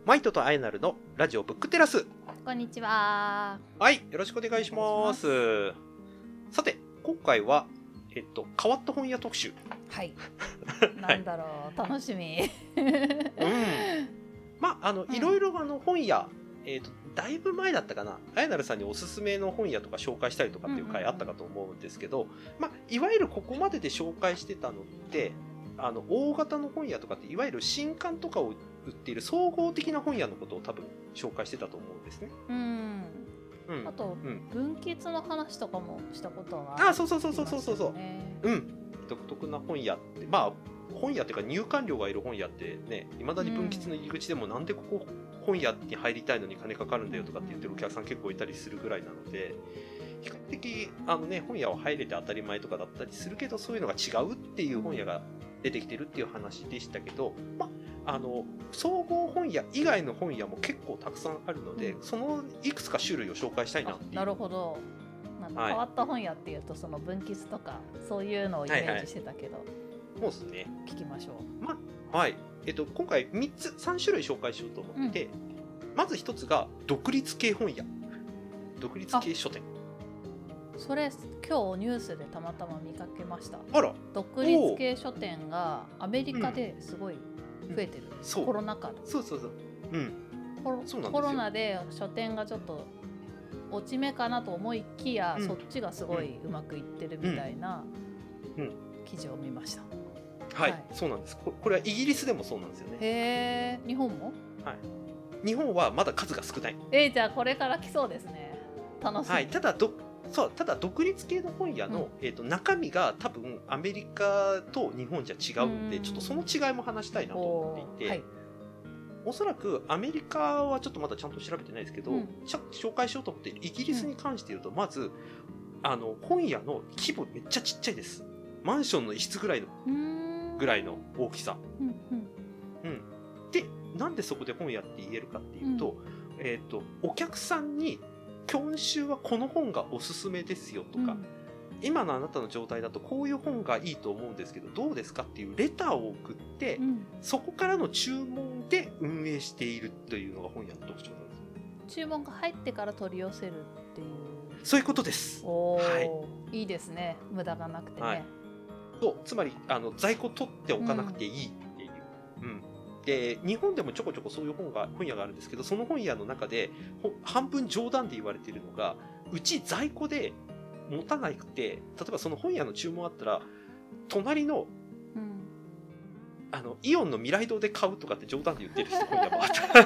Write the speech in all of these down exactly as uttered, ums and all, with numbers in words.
マイトとアイナルのラジオブックテラス。 こんにちは。 はい、よろしくお願いします。さて、今回は、えっと、変わった本屋特集。 はい。なんだろう、はい、楽しみ。 うん。まあ、あの、うん、いろいろあの本屋、えっと、だいぶ前だったかな、アイナルさんにおすすめの本屋とか紹介したりとかっていう回あったかと思うんですけど、うんうんうん、まあ、いわゆるここまでで紹介してたのって、あの大型の本屋とかっていわゆる新刊とかを売っている総合的な本屋のことを多分紹介してたと思うんですね。 うん、うん、あと、うん、分吉の話とかもしたことはある、ね、 あ、そうそうそうそうそうそう、うん、独特な本屋って、まあ本屋っていうか入館料がいる本屋ってね、いまだに分吉の入り口でもなんでここ本屋に入りたいのに金かかるんだよとかって言ってるお客さん結構いたりするぐらいなので、比較的あのね、本屋は入れて当たり前とかだったりするけど、そういうのが違うっていう本屋が出てきてるっていう話でしたけど、まあ、あの総合本屋以外の本屋も結構たくさんあるので、そのいくつか種類を紹介したいなっていう。 なるほど。なんか変わった本屋っていうと、その分吉とかそういうのをイメージしてたけど、はいはい、 そうですね。 聞きましょう。 まあ、はい。えっと今回みっつさん種類紹介しようと思って、うん、まずひとつが独立系本屋、独立系書店。 それ今日ニュースでたまたま見かけました。 あら、 独立系書店がアメリカですごい増えてる、うん、コロナ禍で。 そうそうそう、うん、 コロ、そうなんですよ。コロナで書店がちょっと落ち目かなと思いきや、うん、そっちがすごいうまくいってるみたいな記事を見ました。 はい、はい、そうなんです。これはイギリスでもそうなんですよね。 へー、日本も？ はい、日本はまだ数が少ない。 えー、じゃあこれから来そうですね。楽しみ。 はい、ただどそうただ独立系の本屋の、うん、えーと、中身が多分アメリカと日本じゃ違うんで、ちょっとその違いも話したいなと思っていて、はい、おそらくアメリカはちょっとまだちゃんと調べてないですけど、うん、紹介しようと思っているイギリスに関して言うと、うん、まずあの本屋の規模めっちゃちっちゃいです。マンションの一室ぐらいのぐらいの大きさ、うんうんうん、でなんでそこで本屋って言えるかっていうと、うん、えーと、お客さんに今週はこの本がおすすめですよとか、うん、今のあなたの状態だとこういう本がいいと思うんですけどどうですかっていうレターを送って、うん、そこからの注文で運営しているというのが本屋の特徴なんです。 注文が入ってから取り寄せるっていう。 そういうことです。 おー、はい、いいですね。無駄がなくてね、はい、 そう、つまりあの在庫取っておかなくていいっていう、うん、うんで日本でもちょこちょこそういう本が本屋があるんですけど、その本屋の中で半分冗談で言われているのが、うち在庫で持たなくて、例えばその本屋の注文あったら隣の、うん、あのイオンの未来堂で買うとかって冗談で言ってる人本屋もあった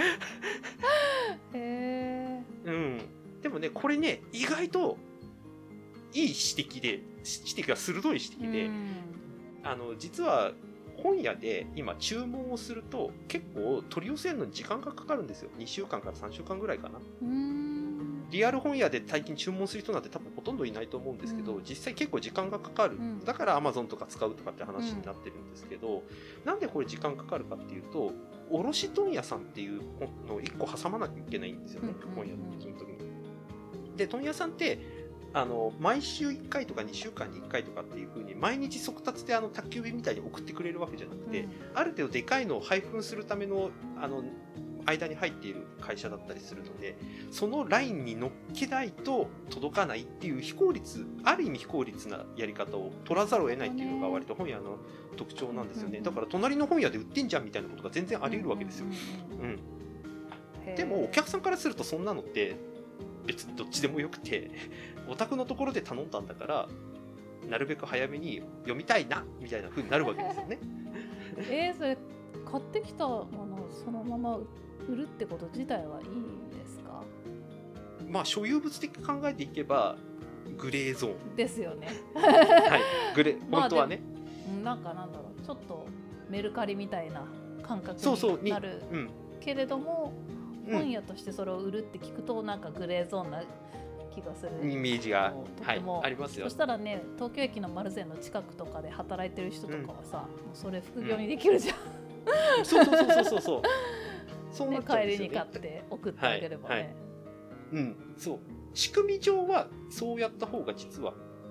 へー、うん、でもねこれね意外といい指摘で指摘が鋭い指摘で、うん、あの実は本屋で今注文をすると結構取り寄せるのに時間がかかるんですよ。にしゅうかんからさんしゅうかんぐらいかな。うーん、リアル本屋で最近注文する人なんて多分ほとんどいないと思うんですけど、うん、実際結構時間がかかる、うん、だから Amazon とか使うとかって話になってるんですけど、うん、なんでこれ時間かかるかっていうと、卸問屋さんっていうのをいっこ挟まなきゃいけないんですよね、うん、本屋の時に。で問屋さんってあの毎週いっかいとかにしゅうかんにいっかいとかっていう風に毎日速達であの宅急便みたいに送ってくれるわけじゃなくて、うん、ある程度でかいのを配布するためのあの間に入っている会社だったりするので、そのラインに乗っけないと届かないっていう非効率、ある意味非効率なやり方を取らざるを得ないっていうのが割と本屋の特徴なんですよね。だから隣の本屋で売ってんじゃんみたいなことが全然あり得るわけですよ、うん、でもお客さんからするとそんなのって別にどっちでもよくて、お宅のところで頼んだんだからなるべく早めに読みたいなみたいな風になるわけですよねえー、それ買ってきたものをそのまま売るってこと自体はいいんですか？ まあ所有物的に考えていけばグレーゾーンですよねはい、グレ本当はね、 まあ、なんかなんだろう、ちょっとメルカリみたいな感覚になるけれども、うん、本屋としてそれを売るって聞くとなんかグレーゾーンな気がするイメージが、はい、ありますよ。 そしたらね、東京駅の丸善の近くとかで働いてる人とかはさ、うん、もうそれ副業にできるじゃん、 うん、そうそうそうそうそうそうなっちゃうん帰ですよね。 りに買って送ってあげればね、はいはい、 うん、そう仕組み上はそうやった方が実はいい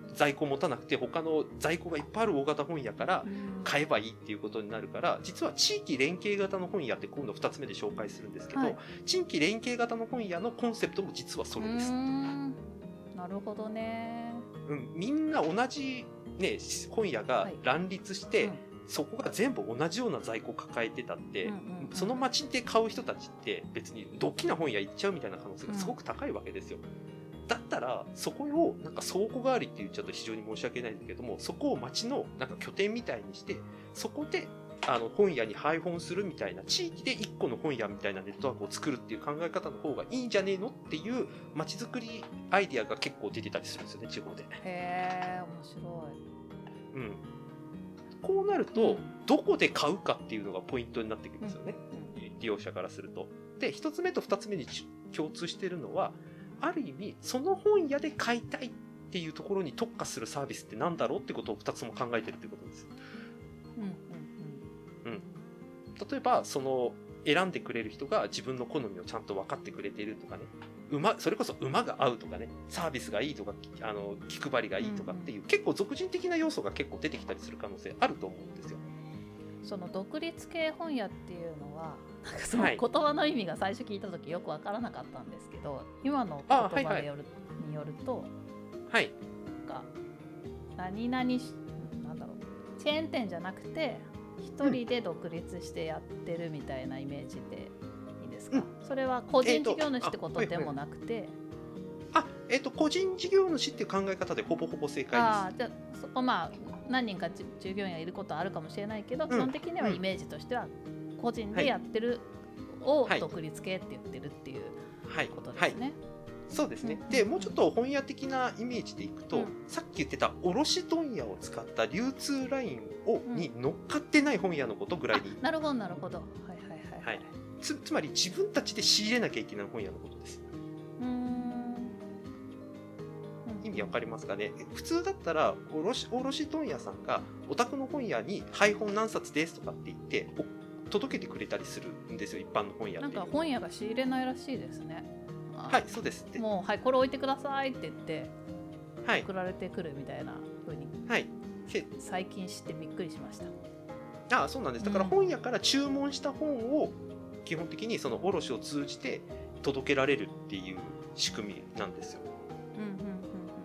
在庫持たなくて他の在庫がいっぱいある大型本屋から買えばいいっていうことになるから、実は地域連携型の本屋って今度ふたつめで紹介するんですけど、はい、地域連携型の本屋のコンセプトも実はそれです。 なるほどね、 うん、みんな同じ、ね、本屋が乱立して、はい、うん、そこが全部同じような在庫を抱えてたって、うんうんうん、その町で買う人たちって別に大きな本屋行っちゃうみたいな可能性がすごく高いわけですよ、うん、だったらそこをなんか倉庫代わりって言っちゃうと非常に申し訳ないんだけども、そこを町のなんか拠点みたいにして、そこであの本屋に配本するみたいな、地域でいっこの本屋みたいなネットワークを作るっていう考え方の方がいいんじゃねえのっていう街づくりアイディアが結構出てたりするんですよね、地方で。 へー、面白い。 うん。こうなると、うん、どこで買うかっていうのがポイントになってくるんですよね、うん、利用者からすると。で、一つ目と二つ目に共通しているのは、ある意味その本屋で買いたいっていうところに特化するサービスってなんだろうってことを二つも考えてるってことです。うんうんうん、例えばその選んでくれる人が自分の好みをちゃんと分かってくれているとかね、馬それこそ馬が合うとかね、サービスがいいとか、あの気配りがいいとかっていう、うんうん、結構俗人的な要素が結構出てきたりする可能性あると思うんですよ。 その独立系本屋っていうのはなんかその言葉の意味が最初聞いた時よく分からなかったんですけど、はい、今の言葉でよる、はいはい、によると、 はい、 なんか何々しなんだろう、チェーン店じゃなくて一人で独立してやってるみたいなイメージでいいですか、うん、それは個人事業主ってことでもなくて、 あ、えーと、個人事業主っていう考え方でほぼほぼ正解です。 あ、じゃあそこまあ何人か従業員がいることはあるかもしれないけど、うん、基本的にはイメージとしては個人でやってるを独立系って言ってるっていうことですね、はいはいはい、 そうですね、うん、でもうちょっと本屋的なイメージでいくと、うん、さっき言ってた卸問屋を使った流通ラインを、うん、に乗っかってない本屋のことぐらいに、 なるほどなるほど、はいはいはい、はい、 つ, つまり自分たちで仕入れなきゃいけない本屋のことです。うーん、意味わかりますかね。普通だったら卸卸問屋さんがお宅の本屋に配本何冊ですとかって言って届けてくれたりするんですよ、一般の本屋って。 なんか本屋が仕入れないらしいですね。 はい、そうです。 もう、はい、これ置いてくださいって言って、はい、送られてくるみたいな風に、はい、最近知ってびっくりしました。 ああ、そうなんです。だから本屋から注文した本を基本的にその卸を通じて届けられるっていう仕組みなんですよ。 うんうんうんうん、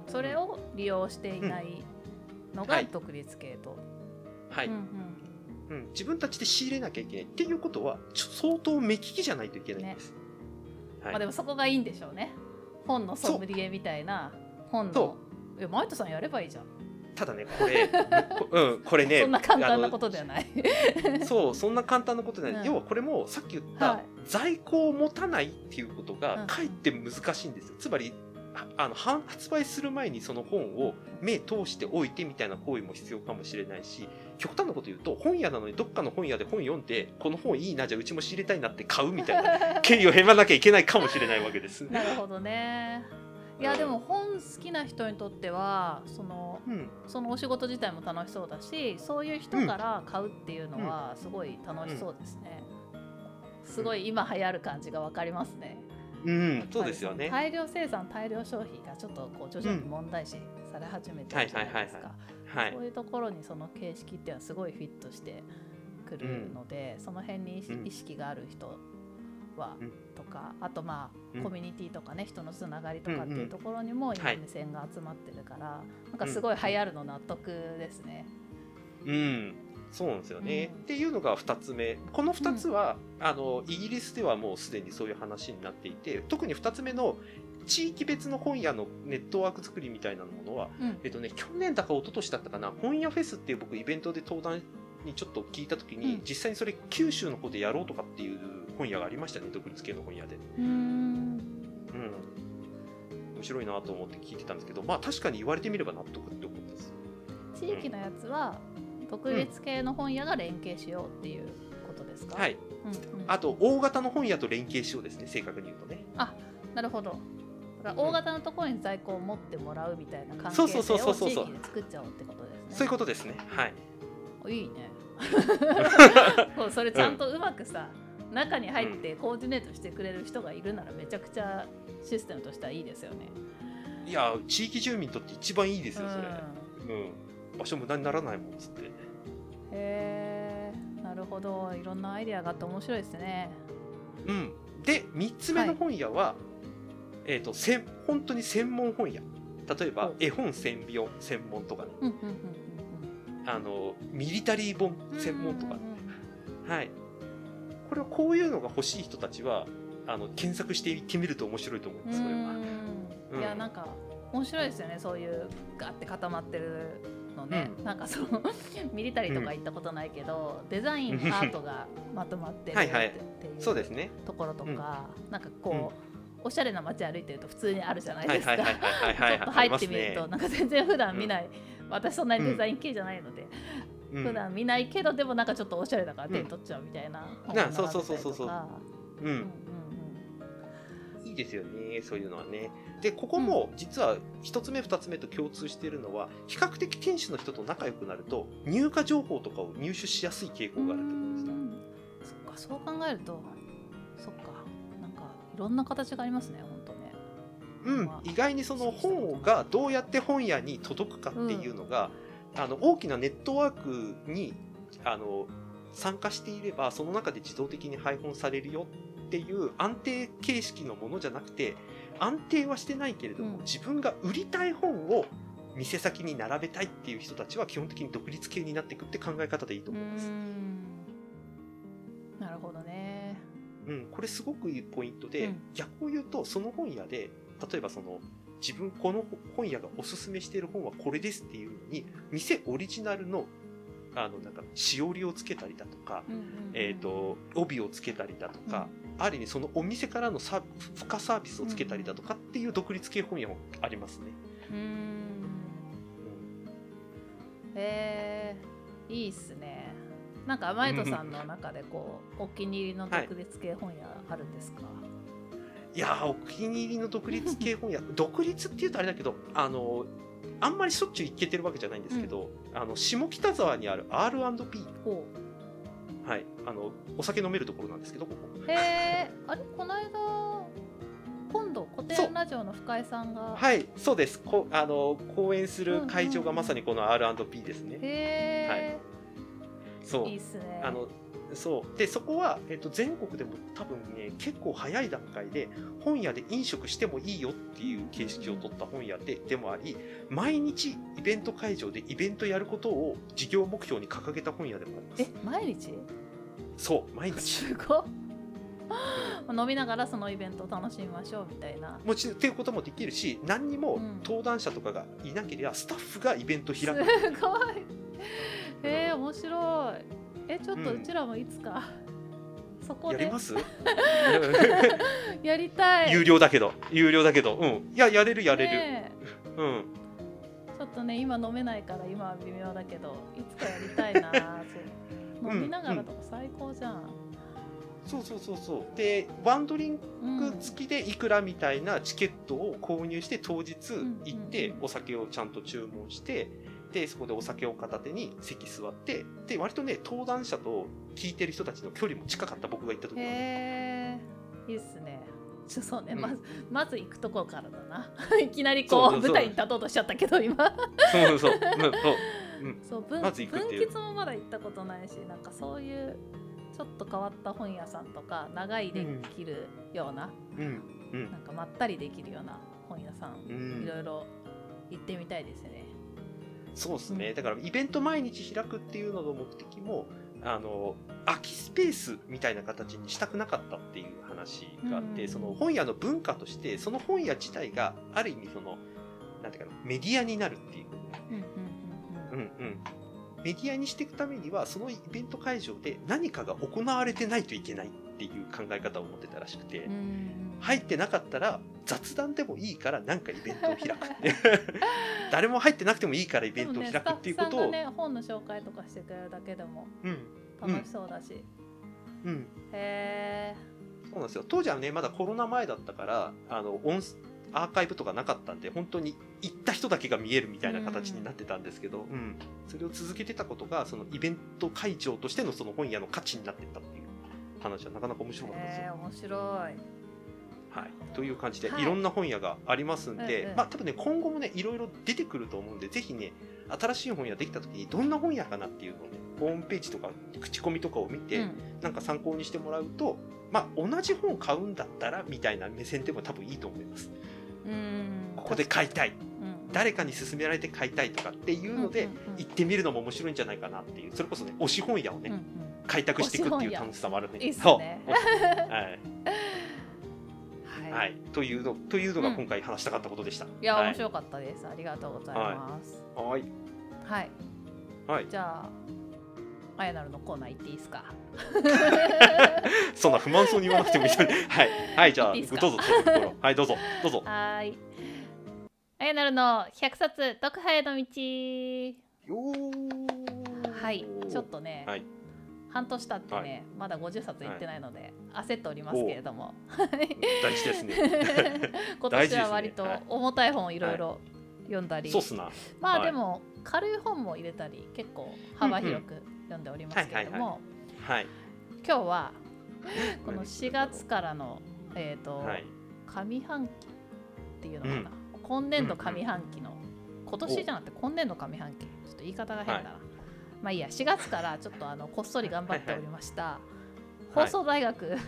それを利用していないのが独立系と、 はい、はい、うんうんうん、自分たちで仕入れなきゃいけないっていうことは相当目利きじゃないといけないんです、ね。 はい、まあ、でもそこがいいんでしょうね。本のソムリエみたいな本の、え、マイトさんやればいいじゃん。 ただね、これ、うん、これね、 そんな簡単なことではない。 そう、そんな簡単なことではない。うん、要はこれもさっき言った、はい、在庫を持たないっていうことがかえって難しいんですよ。うん、つまりあの発売する前にその本を目通しておいてみたいな行為も必要かもしれないし、極端なこと言うと本屋なのにどっかの本屋で本読んでこの本いいな、じゃあうちも仕入れたいなって買うみたいな経緯を経まなきゃいけないかもしれないわけです。 なるほどね。いや、でも本好きな人にとってはその、うん、そのお仕事自体も楽しそうだし、そういう人から買うっていうのはすごい楽しそうですね。うん、すごい今流行る感じが分かりますね。 うん、そうですよね。 大量生産大量消費がちょっとこう徐々に問題視され始めてるじゃないですか。そういうところにその形式っていうのはすごいフィットしてくるので、うん、その辺に意識がある人は、うん、とか、あとまあ、うん、コミュニティとかね、人のつながりとかっていうところにも今目線が集まってるから、はい、なんかすごい流行るの納得ですね。 うん、そうなんですよね、うん、っていうのがふたつめ。このふたつは、うん、あのイギリスではもうすでにそういう話になっていて、特にふたつめの地域別の本屋のネットワーク作りみたいなものは、うん、えっとね、去年だか一昨年だったかな、本屋フェスっていう僕イベントで登壇にちょっと聞いたときに、うん、実際にそれ九州の方でやろうとかっていう本屋がありましたね、独立系の本屋で。うーん、うん、面白いなと思って聞いてたんですけど、まあ確かに言われてみれば納得って思ったんです。 地域のやつは、うん、独立系の本屋が連携しようっていうことですか？ はい、うんうん、あと大型の本屋と連携しようですね、正確に言うとね。 あ、なるほど。だから大型のところに在庫を持ってもらうみたいな関係性を地域で作っちゃおうってことですね。 そういうことですね。はい。 いいね。それちゃんとうまくさ、うん、中に入ってコーディネートしてくれる人がいるならめちゃくちゃシステムとしてはいいですよね。 いや地域住民にとって一番いいですよそれ、うんうん、場所無駄にならないもんっつって。へえなるほど、いろんなアイデアがあって面白いですね。 うん、でみっつめの本屋は、はい、えーとせん本当に専門本屋、例えば絵本専用専門とかね、うんうんうんうん、あのミリタリー本専門とか、ね、うんうん、はい、これはこういうのが欲しい人たちはあの検索していってみると面白いと思います。これは、 うん、いやなんか面白いですよね、そういうガーって固まってるのね、うん、なんかそのミリタリーとか行ったことないけど、うん、デザインアートがまとまってるっていうところとか、なんかこう、うん、おしゃれな街歩いてると普通にあるじゃないですか。ちょっと入ってみると、なんか全然普段見ない、うん、私そんなにデザイン系じゃないので、うん、普段見ないけどでもなんかちょっとおしゃれだから手に取っちゃうみたいな本が並んでたりとか、そうそうそうそうそう、うんうんいいですよね、そういうのはね。でここも実はひとつめふたつめと共通しているのは、比較的店主の人と仲良くなると入荷情報とかを入手しやすい傾向があると思うんですよ。 そっか、そう考えるとそっか、なんかいろんな形がありますね本当ね。 うん、意外にその本がどうやって本屋に届くかっていうのが、うん、あの大きなネットワークにあの参加していればその中で自動的に配本されるよっていう安定形式のものじゃなくて、安定はしてないけれども、うん、自分が売りたい本を店先に並べたいっていう人たちは基本的に独立系になっていくって考え方でいいと思います。 うーん、なるほどね、 うん、これすごくいいポイントで、うん、逆を言うとその本屋で例えばその自分この本屋がおすすめしている本はこれですっていうのに店オリジナルのあのなんかしおりをつけたりだとか、うんうんうん、えーと、帯をつけたりだとか、うん、ある意味そのお店からのサ付加サービスをつけたりだとかっていう独立系本屋もありますね。うーん、うん、 へー、いいっすね。なんか前戸さんの中でこうお気に入りの独立系本屋あるんですか？はい、 いやー、お気に入りの独立系本屋独立っていうとあれだけど、あのあんまりしょっちゅう行けてるわけじゃないんですけど、うん、あの下北沢にある アールアンドピー、はい、あのお酒飲めるところなんですけど、ここ。 へー、あれこの間今度古典ラジオの深井さんが、 はい、そうです、こあの講演する会場がまさにこの アールアンドピー ですね。 へー、はい、 そう、 いいっすね。 あのそうでそこは、えっと、全国でも多分ね結構早い段階で本屋で飲食してもいいよっていう形式を取った本屋ででもあり、毎日イベント会場でイベントやることを事業目標に掲げた本屋でもあります。 え、毎日？ そう毎日。 すごっ飲みながらそのイベントを楽しみましょうみたいな。 もちろんっていうこともできるし、何にも登壇者とかがいなければスタッフがイベント開く。 すごい。えー、面白い。え、ちょっとうちらもいつか、うん、そこでやりますやりたい。 有料だけど有料だけど、うん、いややれるやれる、ね、うん、 ちょっとね今飲めないから今は微妙だけどいつかやりたいなそう飲みながらとか最高じゃん、うんうん、 そうそうそうそうでワンドリンク付きでいくらみたいなチケットを購入して当日行ってお酒をちゃんと注文して、でそこでお酒を片手に席座ってで割とね登壇者と聞いてる人たちの距離も近かった僕が行った時は。 へー、いいっすね。ちょそうね、うん、まずまず行くところからだないきなりこう、そうそうそう舞台に立とうとしちゃったけど今そうそうそう、うん、 そう分、まず行くっていう。分吉もまだ行ったことないし、なんかそういうちょっと変わった本屋さんとか長いできるような、うんうん、なんかまったりできるような本屋さん、うん、いろいろ行ってみたいですね。 そうですね、だからイベント毎日開くっていうのの目的もあの空きスペースみたいな形にしたくなかったっていう話があって、うん、その本屋の文化としてその本屋自体がある意味そのなんていうかなメディアになるっていうことね、うんうんうんうん、メディアにしていくためにはそのイベント会場で何かが行われてないといけないっていう考え方を持ってたらしくて、うん、入ってなかったら雑談でもいいからなんかイベントを開く誰も入ってなくてもいいからイベントを開くっていうことを、 ね、本の紹介とかしてくれるだけでも楽しそうだし、うんうん、へー、そうなんですよ。当時はねまだコロナ前だったからあの音アーカイブとかなかったんで本当に行った人だけが見えるみたいな形になってたんですけど、うんうん、それを続けてたことがそのイベント会場としてのその本屋の価値になってったっていう話はなかなか面白かったですよ。 へー、面白い。 はい、という感じで、 はい、 いろんな本屋がありますんで、 うんうん、 まあ多分ね今後もねいろいろ出てくると思うんで、ぜひね新しい本屋できた時にどんな本屋かなっていうのをねホームページとか口コミとかを見て、うん、なんか参考にしてもらうと、まあ同じ本買うんだったらみたいな目線でも多分いいと思います。 うん、 ここで買いたい、 うん、 誰かに勧められて買いたいとかっていうので、うんうんうん、行ってみるのも面白いんじゃないかなっていう、それこそね推し本屋をね、うんうん、開拓していくっていう楽しさもあるんで、 いいっすね。 はいはい、というのというのが今回話したかったことでした。うん、 いや、はい、面白かったです。ありがとうございます。 はい。 はい。 はい。 じゃあ、あやなるのコーナー行っていいですか。 そんな不満そうに言わなくてもいいですね。はい。はい、じゃあ、いいどうぞ、どうぞ。はい、どうぞ、どうぞ。 はい。あやなるのひゃくさつ読破への道。 よー。はい。ちょっとね。はい、半年経ってね、はい、まだごじゅっさついってないので、はい、焦っておりますけれども大事ですね。 今年は割と重たい本をいろいろ読んだり、 そうっすな。 まあでも軽い本も入れたり結構幅広く読んでおりますけれども、今日はこのしがつからの、えーとはい、上半期っていうのかな、うん、今年度上半期の、今年じゃなくて今年度上半期、ちょっと言い方が変だな、はい、まあいいや、しがつからちょっとあのこっそり頑張っておりました、はいはい、放送大学、はい、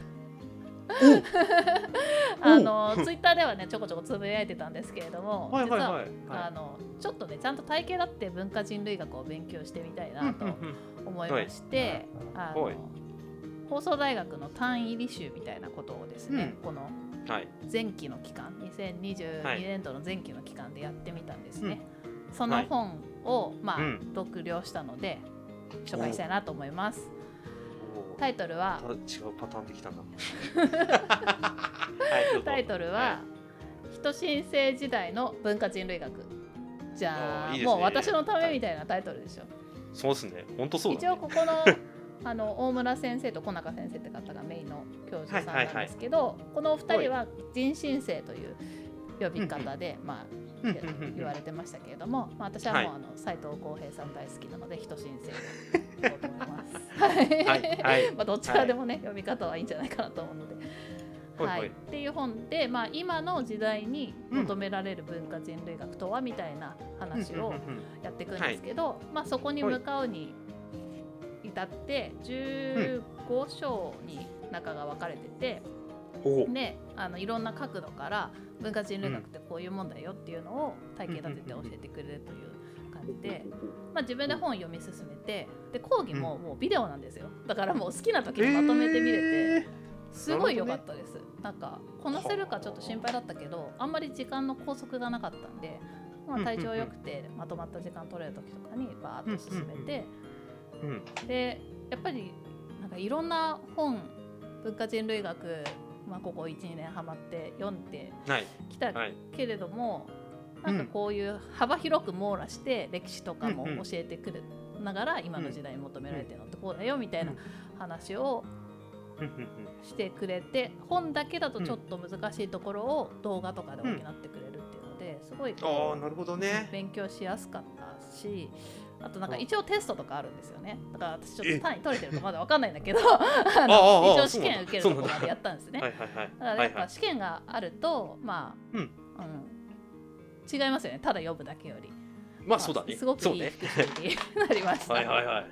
あのツイッターではねちょこちょこつぶやいてたんですけれども、はいはいはいはい、実はあのちょっとねちゃんと体系だって文化人類学を勉強してみたいなと思いまして、はい、あの放送大学の単位履修みたいなことをですね、うん、この前期の期間、にせんにじゅうにねん度の前期の期間でやってみたんですね、うん、その本を、まあうん、読了したので紹介したいなと思います。タイトルは違うパターンできたなタイトルは、はい、人新世時代の文化人類学。じゃあいい、ね、もう私のためみたいなタイトルでしょ、はい、 そうですね、本当そうだね。 一応ここのあの大村先生と小中先生って方がメインの教授さんなんですけど、はいはいはい、このお二人は人新世という呼び方で、まあ言われてましたけれども、まあ、私はもうあの斉藤浩平さん大好きなので人新世でいこうと思います。はいはい、まあどちらでもね、はい、読み方はいいんじゃないかなと思うので、はいはい、っていう本で、まあ、今の時代に求められる文化人類学とはみたいな話をやっていくんですけど、はい、まあ、そこに向かうに至ってじゅうご章に中が分かれてて、うん、であのいろんな角度から文化人類学ってこういうもんだよっていうのを体系立てて教えてくれるという感じで、まあ、自分で本読み進めて、で講義ももうビデオなんですよ。だからもう好きな時にまとめて見れて、えー、すごい良かったです。な、ね、なんかこなせるかちょっと心配だったけど、あんまり時間の拘束がなかったんで、まあ、体調良くてまとまった時間取れる時とかにバーッと進めて、でやっぱりなんかいろんな本、文化人類学、まあ、ここ いちにねんハマって読んできたけれども、はいはい、なんかこういう幅広く網羅して歴史とかも教えてくれながら今の時代に求められてるのってこうだよみたいな話をしてくれて、本だけだとちょっと難しいところを動画とかで補ってくれるっていうのですごいこう、 あ、なるほどね、 勉強しやすかったし、あとなんか一応テストとかあるんですよね。だから私ちょっと単位取れてるとまだ分かんないんだけどあの一応試験受けるところまでやったんですね。だからやっぱ試験があるとまあ、うんうん、違いますよね、ただ読むだけより。 まあそうだね、 すごくいい復習になりました。はいはいはい。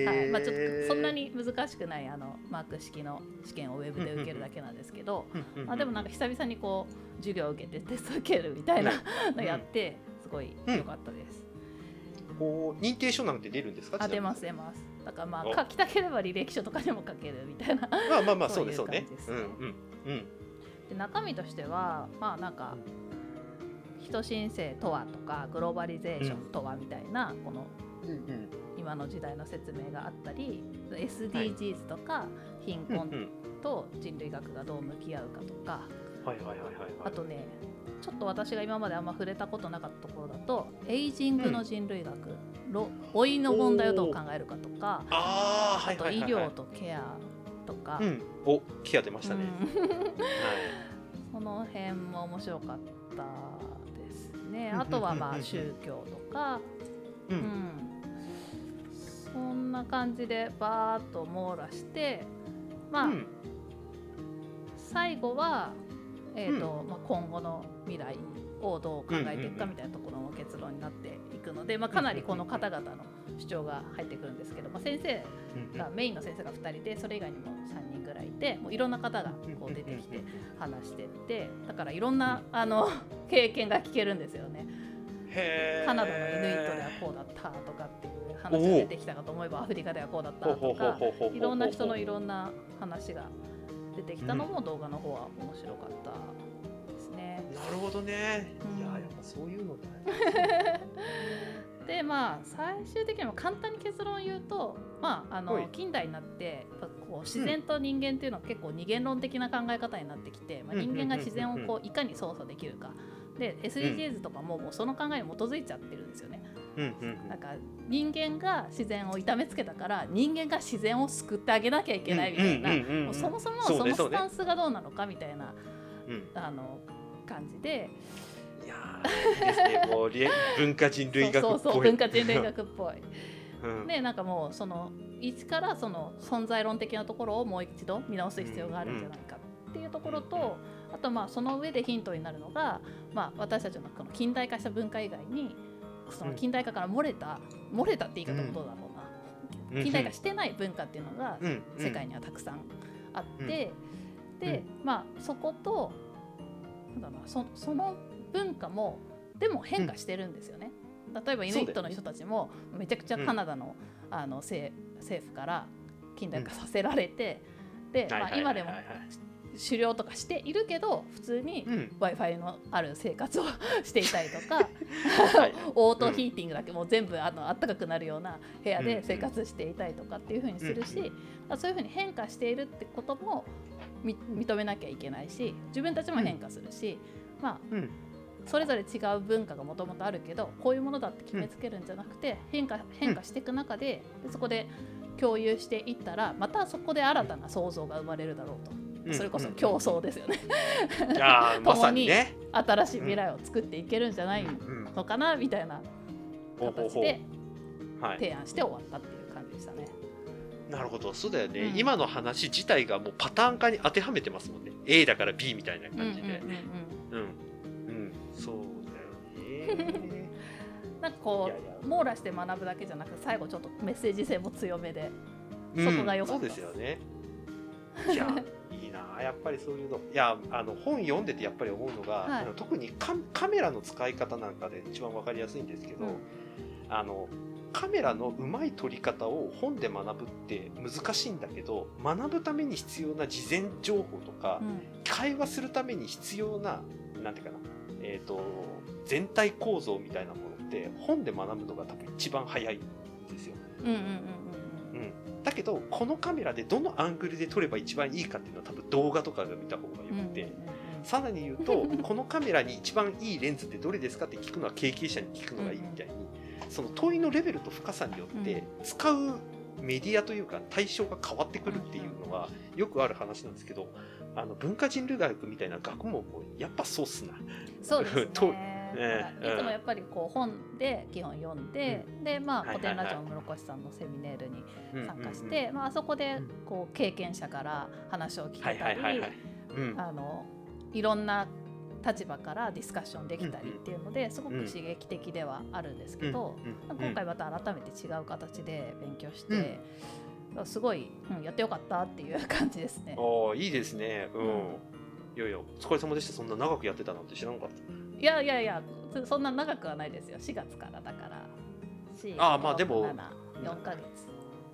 はい、まあちょっとそんなに難しくないあのマーク式の試験をウェブで受けるだけなんですけど、まあでもなんか久々にこう授業を受けてテスト受けるみたいなのやってすごい良かったです。 こう認定書なんて出るんですか？ あ、出ます出ます。だからまあ書きたければ履歴書とかにも書けるみたいな。 まあまあまあそうですそうね。うんうんうん。 で中身としてはまあなんか人新世とはとかグローバリゼーションとはみたいな、この今の時代の説明があったり、 エスディージーズ とか貧困と人類学がどう向き合うかとか、あとねちょっと私が今まであんま触れたことなかったところだとエイジングの人類学、老いの問題をどう考えるかとか、あと医療とケアとか、 うん、おケア出ましたね、うんはい、 その辺も面白かったですね。あとはまあ宗教とか、うんうん、そんな感じでバーッと網羅して、まあ、うん、最後はえーとうんまあ、今後の未来をどう考えていくかみたいなところの結論になっていくので、まあ、かなりこの方々の主張が入ってくるんですけど、まあ、先生がメインの先生がふたりで、それ以外にもさんにんぐらいいて、もういろんな方がこう出てきて話してって、だからいろんなあの経験が聞けるんですよね。 へー、 カナダのイヌイットではこうだったとかっていう話が出てきたかと思えば、アフリカではこうだったとか、いろんな人のいろんな話が出てきたのも動画の方は面白かったですね。 なるほどね、うん、いややっぱそういうのねでまあ最終的にも簡単に結論を言うと、まあ、あの近代になってこう自然と人間っていうのは結構二元論的な考え方になってきて、まあ、人間が自然をこういかに操作できるかで エスディージーズ とかももうその考えに基づいちゃってるんですよね。なんか人間が自然を痛めつけたから人間が自然を救ってあげなきゃいけないみたいな、もうそもそもそのスタンスがどうなのかみたいな、あの感じで。 いやーいいですね、もう文化人類学っぽい。 そうそうそう文化人類学っぽい。うん、でなんかもうその一からその存在論的なところをもう一度見直す必要があるんじゃないかっていうところと、あとまあその上でヒントになるのが、まあ、私たちのこの近代化した文化以外にその近代化から漏れた漏れたって言い方もどうだろうな、近代化してない文化っていうのが世界にはたくさんあって、でまあそことなんだろうな、そその文化もでも変化してるんですよね。例えばイヌイットの人たちもめちゃくちゃカナダの、うん、あの 政, 政府から近代化させられて、うん、で、まあ、今でも狩猟とかしているけど普通に Wi-Fi のある生活をしていたりとか、はい、オートヒーティングだけもう全部あの暖かくなるような部屋で生活していたりとかっていう風にするし、うん、そういう風に変化しているってことも認めなきゃいけないし、自分たちも変化するし、うん、まあ、うんそれぞれ違う文化がもともとあるけどこういうものだって決めつけるんじゃなくて、変化、変化していく中で、でそこで共有していったらまたそこで新たな創造が生まれるだろうと、うん、それこそ競争ですよね、 うん、いやまさにね共に新しい未来を作っていけるんじゃないのかなみたいな形で提案して終わったっていう感じでしたね。 なるほど、そうだよね、うん、今の話自体がもうパターン化に当てはめてますもんね。 A だから B みたいな感じで、そうだよねなんかこういやいや網羅して学ぶだけじゃなく最後ちょっとメッセージ性も強めで、うん、そこが良かった。 そうですよね。いやいいなやっぱりそういうの。いやあの本読んでてやっぱり思うのが、はい、あの特に カ, カメラの使い方なんかで一番分かりやすいんですけど、うん、あのカメラのうまい撮り方を本で学ぶって難しいんだけど、学ぶために必要な事前情報とか、うん、会話するために必要ななんていうかな、えーと、全体構造みたいなものって本で学ぶのが多分一番早いんですよ。だけどこのカメラでどのアングルで撮れば一番いいかっていうのは多分動画とかで見た方がよくて、さらに言うとこのカメラに一番いいレンズってどれですかって聞くのは経験者に聞くのがいいみたいに、その問いのレベルと深さによって使うメディアというか対象が変わってくるっていうのはよくある話なんですけど、あの文化人類学みたいな学問もやっぱそうっすな。 そうですねね、いつもやっぱりこう本で基本読んで、うん、でまあ古典ラジオの室越さんのセミネールに参加して、うんうんうん、まああそこでこう経験者から話を聞けたり、はいはいはいはい、あのいろんな立場からディスカッションできたりっていうのですごく刺激的ではあるんですけど、うんうん、今回また改めて違う形で勉強して、うん、すごい、うん、やってよかったっていう感じですね。 ああいいですね。うん。うん、いやいやお疲れ様でした。そんな長くやってたなんて知らなかった。 いやいやいやそんな長くはないですよ。しがつからだからああまあでもなな、よんかげつ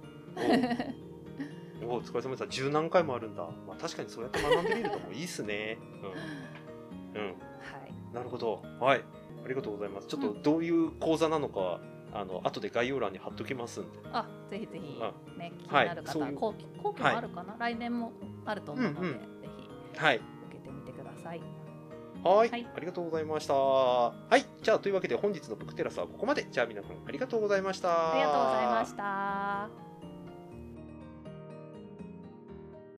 おお疲れ様でした。十何回もあるんだ。まあ確かにそうやって学んでみるともいいっすね。うん、うん、はいなるほど。はいありがとうございます。ちょっとどういう講座なのか、うん、あの後で概要欄に貼っときますんで、 あぜひぜひね気になる方、はい、後期後期もあるかな、はい、来年もあると思うので、うんうん、ぜひはい受けてみてください。 はい、はい、ありがとうございました。はい、じゃあというわけで本日のブックテラスはここまで。じゃあ皆さんありがとうございました。 ありがとうございました。